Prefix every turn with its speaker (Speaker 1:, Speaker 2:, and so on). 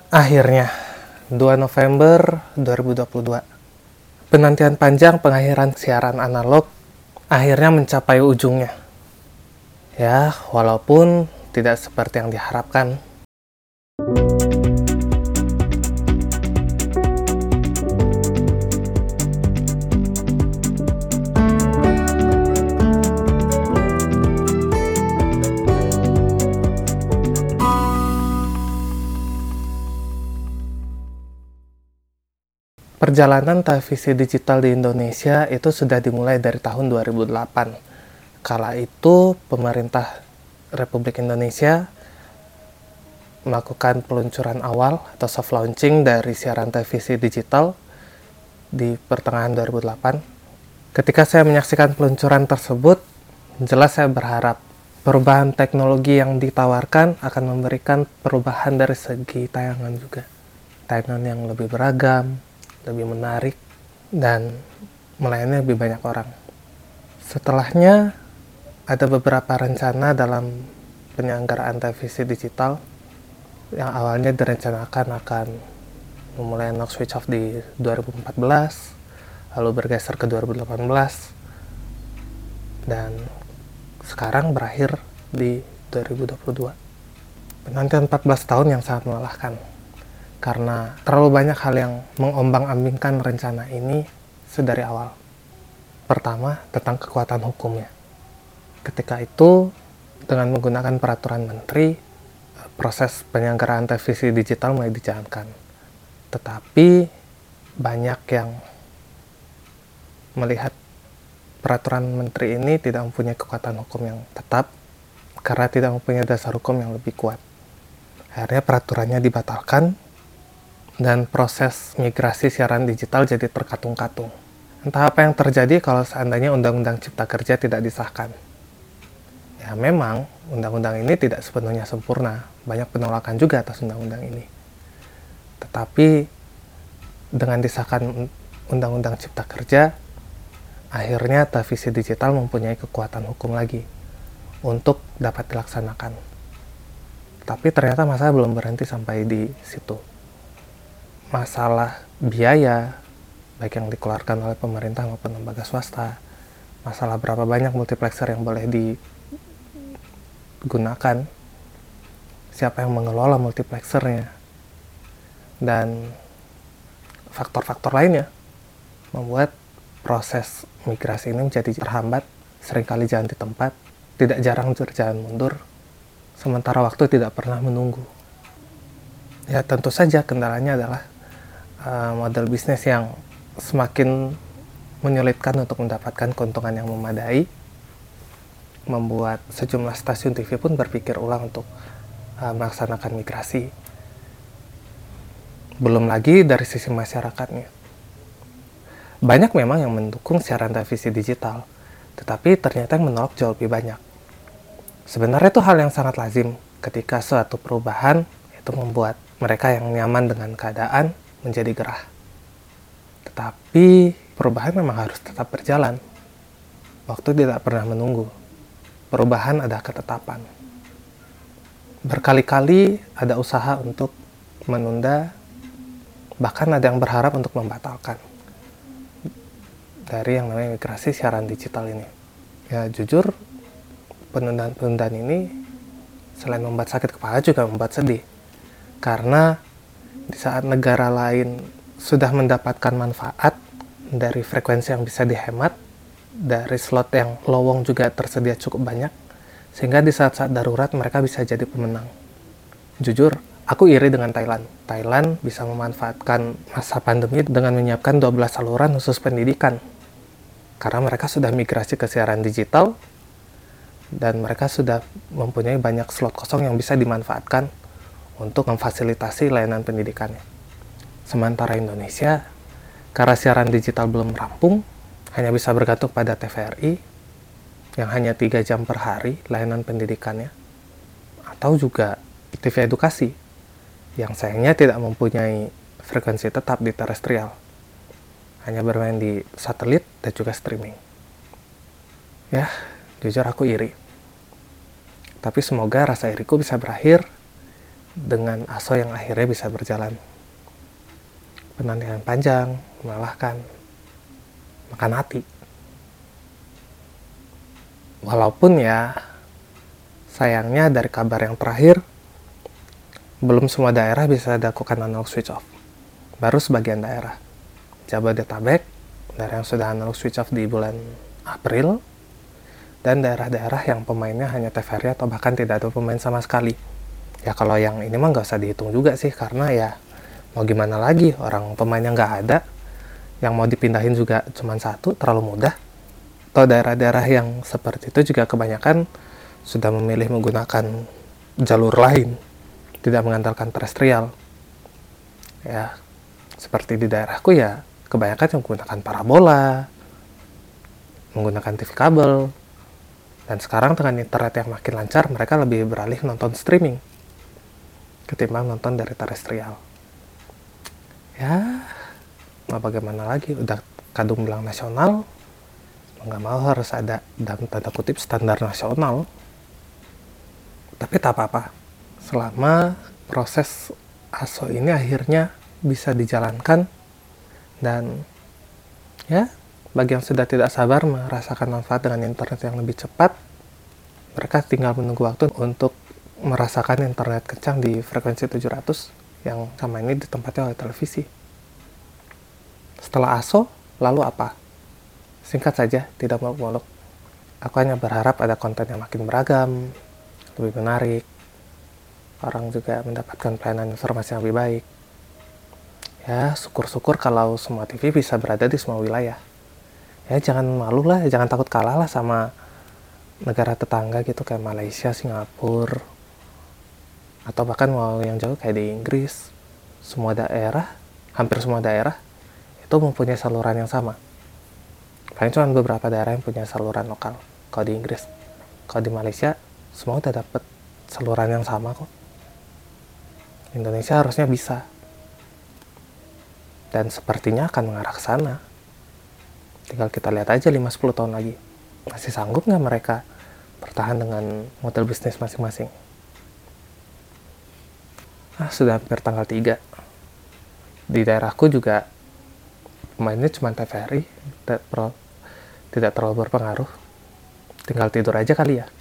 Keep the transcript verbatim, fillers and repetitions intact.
Speaker 1: Akhirnya, dua November dua ribu dua puluh dua. Penantian panjang pengakhiran siaran analog akhirnya mencapai ujungnya. Ya, walaupun tidak seperti yang diharapkan. Perjalanan televisi digital di Indonesia itu sudah dimulai dari tahun dua ribu delapan. Kala itu, pemerintah Republik Indonesia melakukan peluncuran awal atau soft launching dari siaran televisi digital di pertengahan dua ribu delapan. Ketika saya menyaksikan peluncuran tersebut, jelas saya berharap perubahan teknologi yang ditawarkan akan memberikan perubahan dari segi tayangan juga. Tayangan yang lebih beragam, lebih menarik, dan melayani lebih banyak orang. Setelahnya, ada beberapa rencana dalam penyelenggaraan televisi digital yang awalnya direncanakan akan memulai analog switch off di dua ribu empat belas, lalu bergeser ke dua ribu delapan belas, dan sekarang berakhir di dua ribu dua puluh dua. Penantian empat belas tahun yang sangat melelahkan, karena terlalu banyak hal yang mengombang-ambingkan rencana ini sedari awal. Pertama, tentang kekuatan hukumnya. Ketika itu, dengan menggunakan peraturan menteri, proses penyelenggaraan televisi digital mulai dijalankan. Tetapi, banyak yang melihat peraturan menteri ini tidak mempunyai kekuatan hukum yang tetap, karena tidak mempunyai dasar hukum yang lebih kuat. Akhirnya peraturannya dibatalkan, dan proses migrasi siaran digital jadi terkatung-katung. Entah apa yang terjadi kalau seandainya Undang-Undang Cipta Kerja tidak disahkan. Ya memang, undang-undang ini tidak sepenuhnya sempurna. Banyak penolakan juga atas undang-undang ini. Tetapi, dengan disahkan Undang-Undang Cipta Kerja, akhirnya televisi digital mempunyai kekuatan hukum lagi untuk dapat dilaksanakan. Tapi ternyata masalah belum berhenti sampai di situ. Masalah biaya, baik yang dikeluarkan oleh pemerintah maupun lembaga swasta, masalah berapa banyak multiplexer yang boleh digunakan, siapa yang mengelola multiplexernya, dan faktor-faktor lainnya membuat proses migrasi ini menjadi terhambat, seringkali jalan di tempat, tidak jarang berjalan mundur, sementara waktu tidak pernah menunggu. Ya tentu saja kendalanya adalah uh, model bisnis yang semakin menyulitkan untuk mendapatkan keuntungan yang memadai, membuat sejumlah stasiun T V pun berpikir ulang untuk uh, melaksanakan migrasi. Belum lagi dari sisi masyarakatnya. Banyak memang yang mendukung siaran televisi digital, tetapi ternyata yang menolak jauh lebih banyak. Sebenarnya itu hal yang sangat lazim ketika suatu perubahan itu membuat mereka yang nyaman dengan keadaan menjadi gerah. Tetapi perubahan memang harus tetap berjalan. Waktu tidak pernah menunggu. Perubahan ada ketetapan. Berkali-kali ada usaha untuk menunda, bahkan ada yang berharap untuk membatalkan dari yang namanya migrasi siaran digital ini. Ya jujur, penundaan-penundaan ini selain membuat sakit kepala juga membuat sedih. Karena di saat negara lain sudah mendapatkan manfaat dari frekuensi yang bisa dihemat, dari slot yang lowong juga tersedia cukup banyak, sehingga di saat-saat darurat mereka bisa jadi pemenang. Jujur, aku iri dengan Thailand. Thailand bisa memanfaatkan masa pandemi dengan menyiapkan dua belas saluran khusus pendidikan. Karena mereka sudah migrasi ke siaran digital, dan mereka sudah mempunyai banyak slot kosong yang bisa dimanfaatkan untuk memfasilitasi layanan pendidikannya. Sementara Indonesia, karena siaran digital belum rampung, hanya bisa bergantung pada T V R I yang hanya tiga jam per hari layanan pendidikannya, atau juga T V edukasi yang sayangnya tidak mempunyai frekuensi tetap di terestrial, hanya bermain di satelit dan juga streaming. Ya, jujur aku iri. Tapi semoga rasa iriku bisa berakhir dengan aso yang akhirnya bisa berjalan. Penantian panjang, melelahkan, makan hati. Walaupun ya, sayangnya dari kabar yang terakhir, belum semua daerah bisa dilakukan analog switch off. Baru sebagian daerah. Jabodetabek, daerah yang sudah analog switch off di bulan April, dan daerah-daerah yang pemainnya hanya T V R I atau bahkan tidak ada pemain sama sekali. Ya kalau yang ini mah nggak usah dihitung juga sih, karena ya mau gimana lagi, orang pemainnya nggak ada, yang mau dipindahin juga cuma satu, terlalu mudah. Atau daerah-daerah yang seperti itu juga kebanyakan sudah memilih menggunakan jalur lain, tidak mengandalkan terestrial. Ya, seperti di daerahku ya, kebanyakan yang menggunakan parabola, menggunakan T V kabel, dan sekarang dengan internet yang makin lancar, mereka lebih beralih nonton streaming ketimbang nonton dari terestrial. Ya, mau bagaimana lagi, udah kadung bilang nasional, nggak mau harus ada dalam tanda kutip standar nasional. Tapi tak apa-apa, selama proses aso ini akhirnya bisa dijalankan, dan ya bagi yang sudah tidak sabar merasakan manfaat dengan internet yang lebih cepat, mereka tinggal menunggu waktu untuk merasakan internet kencang di frekuensi tujuh ratus yang sama ini ditempati oleh televisi. Setelah aso, lalu apa? Singkat saja, tidak muluk-muluk. Aku hanya berharap ada konten yang makin beragam, lebih menarik, orang juga mendapatkan pelayanan informasi yang lebih baik. Ya, syukur-syukur kalau semua T V bisa berada di semua wilayah. Ya, jangan malu lah, jangan takut kalah lah sama negara tetangga gitu, kayak Malaysia, Singapura, atau bahkan mau yang jauh kayak di Inggris. Semua daerah, hampir semua daerah, itu mempunyai saluran yang sama. Paling cuma beberapa daerah yang punya saluran lokal. Kalau di Inggris, kalau di Malaysia, semua udah dapet saluran yang sama kok. Indonesia harusnya bisa. Dan sepertinya akan mengarah ke sana. Tinggal kita lihat aja lima sampai sepuluh tahun lagi. Masih sanggup nggak mereka bertahan dengan model bisnis masing-masing? Ah, sudah hampir tanggal tiga. Di daerahku juga pemainnya cuma T V R I, tidak terlalu berpengaruh. Tinggal tidur aja kali ya.